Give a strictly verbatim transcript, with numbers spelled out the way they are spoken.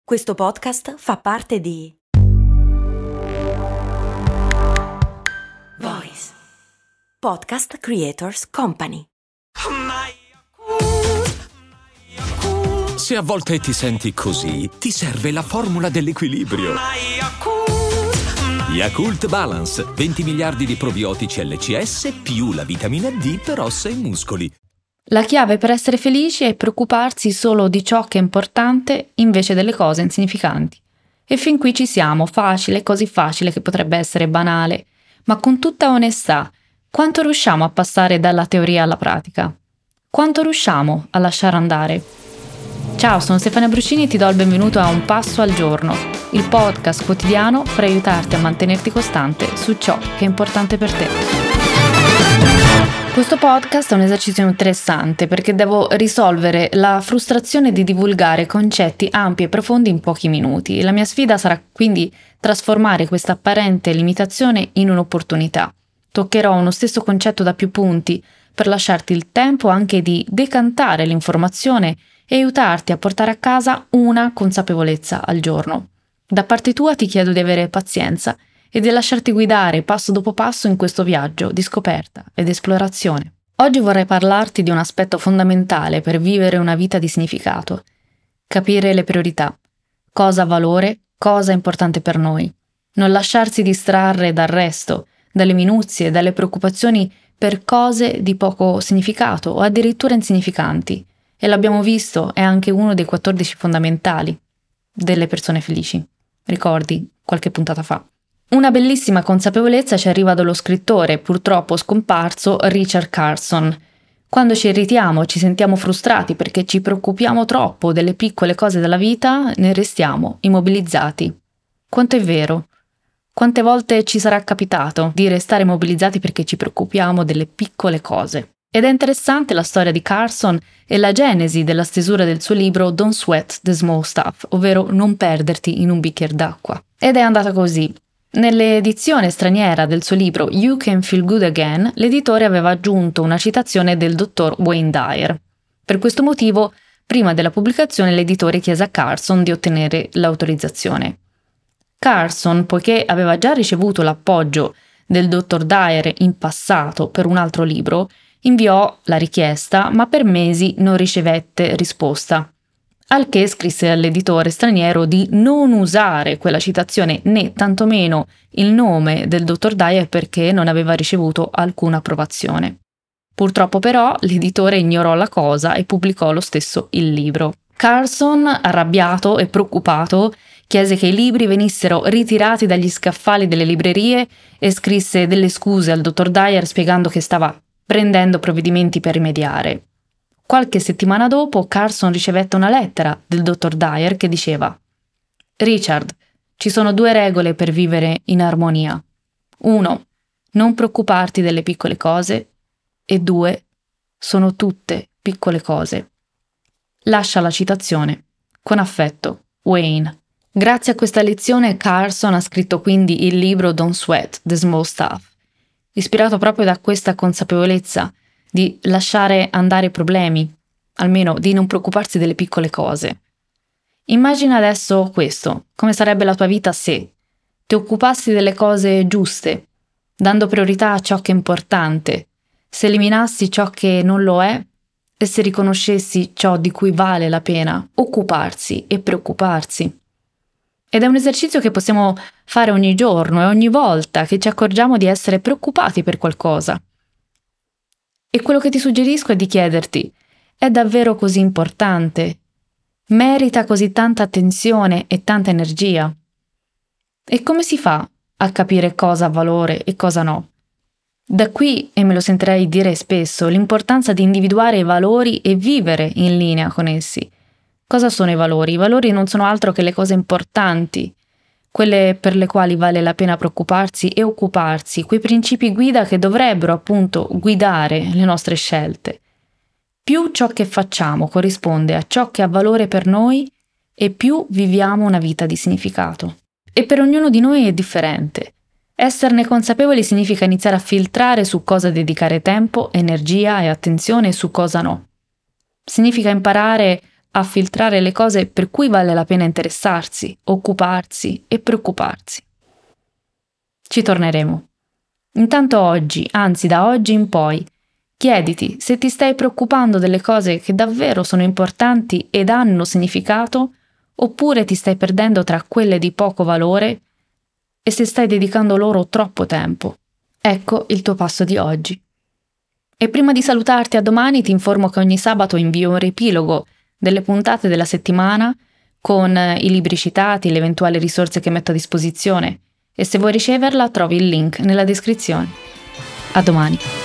Questo podcast fa parte di Voice Podcast Creators Company. Se a volte ti senti così, ti serve la formula dell'equilibrio. Yakult Balance, venti miliardi di probiotici L C S più la vitamina D per ossa e muscoli. La chiave per essere felici è preoccuparsi solo di ciò che è importante invece delle cose insignificanti. E fin qui ci siamo, facile, così facile che potrebbe essere banale. Ma con tutta onestà, quanto riusciamo a passare dalla teoria alla pratica? Quanto riusciamo a lasciare andare? Ciao, sono Stefania Brucini e ti do il benvenuto a Un Passo al Giorno, il podcast quotidiano per aiutarti a mantenerti costante su ciò che è importante per te. Questo podcast è un esercizio interessante perché devo risolvere la frustrazione di divulgare concetti ampi e profondi in pochi minuti. La mia sfida sarà quindi trasformare questa apparente limitazione in un'opportunità. Toccherò uno stesso concetto da più punti per lasciarti il tempo anche di decantare l'informazione e aiutarti a portare a casa una consapevolezza al giorno. Da parte tua ti chiedo di avere pazienza e di lasciarti guidare passo dopo passo in questo viaggio di scoperta ed esplorazione. Oggi vorrei parlarti di un aspetto fondamentale per vivere una vita di significato. Capire le priorità. Cosa ha valore, cosa è importante per noi. Non lasciarsi distrarre dal resto, dalle minuzie, dalle preoccupazioni per cose di poco significato o addirittura insignificanti. E l'abbiamo visto, è anche uno dei quattordici fondamentali delle persone felici. Ricordi, qualche puntata fa. Una bellissima consapevolezza ci arriva dallo scrittore, purtroppo scomparso, Richard Carson. Quando ci irritiamo, ci sentiamo frustrati perché ci preoccupiamo troppo delle piccole cose della vita, ne restiamo immobilizzati. Quanto è vero? Quante volte ci sarà capitato di restare immobilizzati perché ci preoccupiamo delle piccole cose? Ed è interessante la storia di Carson e la genesi della stesura del suo libro Don't Sweat the Small Stuff, ovvero non perderti in un bicchiere d'acqua. Ed è andata così. Nell'edizione straniera del suo libro You Can Feel Good Again, l'editore aveva aggiunto una citazione del dottor Wayne Dyer. Per questo motivo, prima della pubblicazione, l'editore chiese a Carson di ottenere l'autorizzazione. Carson, poiché aveva già ricevuto l'appoggio del dottor Dyer in passato per un altro libro, inviò la richiesta, ma per mesi non ricevette risposta. Al che scrisse all'editore straniero di non usare quella citazione né tantomeno il nome del dottor Dyer perché non aveva ricevuto alcuna approvazione. Purtroppo però l'editore ignorò la cosa e pubblicò lo stesso il libro. Carson, arrabbiato e preoccupato, chiese che i libri venissero ritirati dagli scaffali delle librerie e scrisse delle scuse al dottor Dyer spiegando che stava prendendo provvedimenti per rimediare. Qualche settimana dopo, Carson ricevette una lettera del dottor Dyer che diceva: Richard, ci sono due regole per vivere in armonia. Uno, non preoccuparti delle piccole cose. E due, sono tutte piccole cose. Lascia la citazione. Con affetto, Wayne. Grazie a questa lezione, Carson ha scritto quindi il libro Don't Sweat the Small Stuff, ispirato proprio da questa consapevolezza di lasciare andare i problemi, almeno di non preoccuparsi delle piccole cose. Immagina adesso questo, come sarebbe la tua vita se ti occupassi delle cose giuste, dando priorità a ciò che è importante, se eliminassi ciò che non lo è e se riconoscessi ciò di cui vale la pena occuparsi e preoccuparsi. Ed è un esercizio che possiamo fare ogni giorno e ogni volta che ci accorgiamo di essere preoccupati per qualcosa. E quello che ti suggerisco è di chiederti: è davvero così importante? Merita così tanta attenzione e tanta energia? E come si fa a capire cosa ha valore e cosa no? Da qui, e me lo sentirei dire spesso, l'importanza di individuare i valori e vivere in linea con essi. Cosa sono i valori? I valori non sono altro che le cose importanti, quelle per le quali vale la pena preoccuparsi e occuparsi, quei principi guida che dovrebbero appunto guidare le nostre scelte. Più ciò che facciamo corrisponde a ciò che ha valore per noi e più viviamo una vita di significato. E per ognuno di noi è differente. Esserne consapevoli significa iniziare a filtrare su cosa dedicare tempo, energia e attenzione e su cosa no. Significa imparare a filtrare le cose per cui vale la pena interessarsi, occuparsi e preoccuparsi. Ci torneremo. Intanto oggi, anzi da oggi in poi, chiediti se ti stai preoccupando delle cose che davvero sono importanti ed hanno significato, oppure ti stai perdendo tra quelle di poco valore e se stai dedicando loro troppo tempo. Ecco il tuo passo di oggi. E prima di salutarti a domani ti informo che ogni sabato invio un riepilogo delle puntate della settimana con i libri citati, le eventuali risorse che metto a disposizione, e se vuoi riceverla trovi il link nella descrizione. A domani.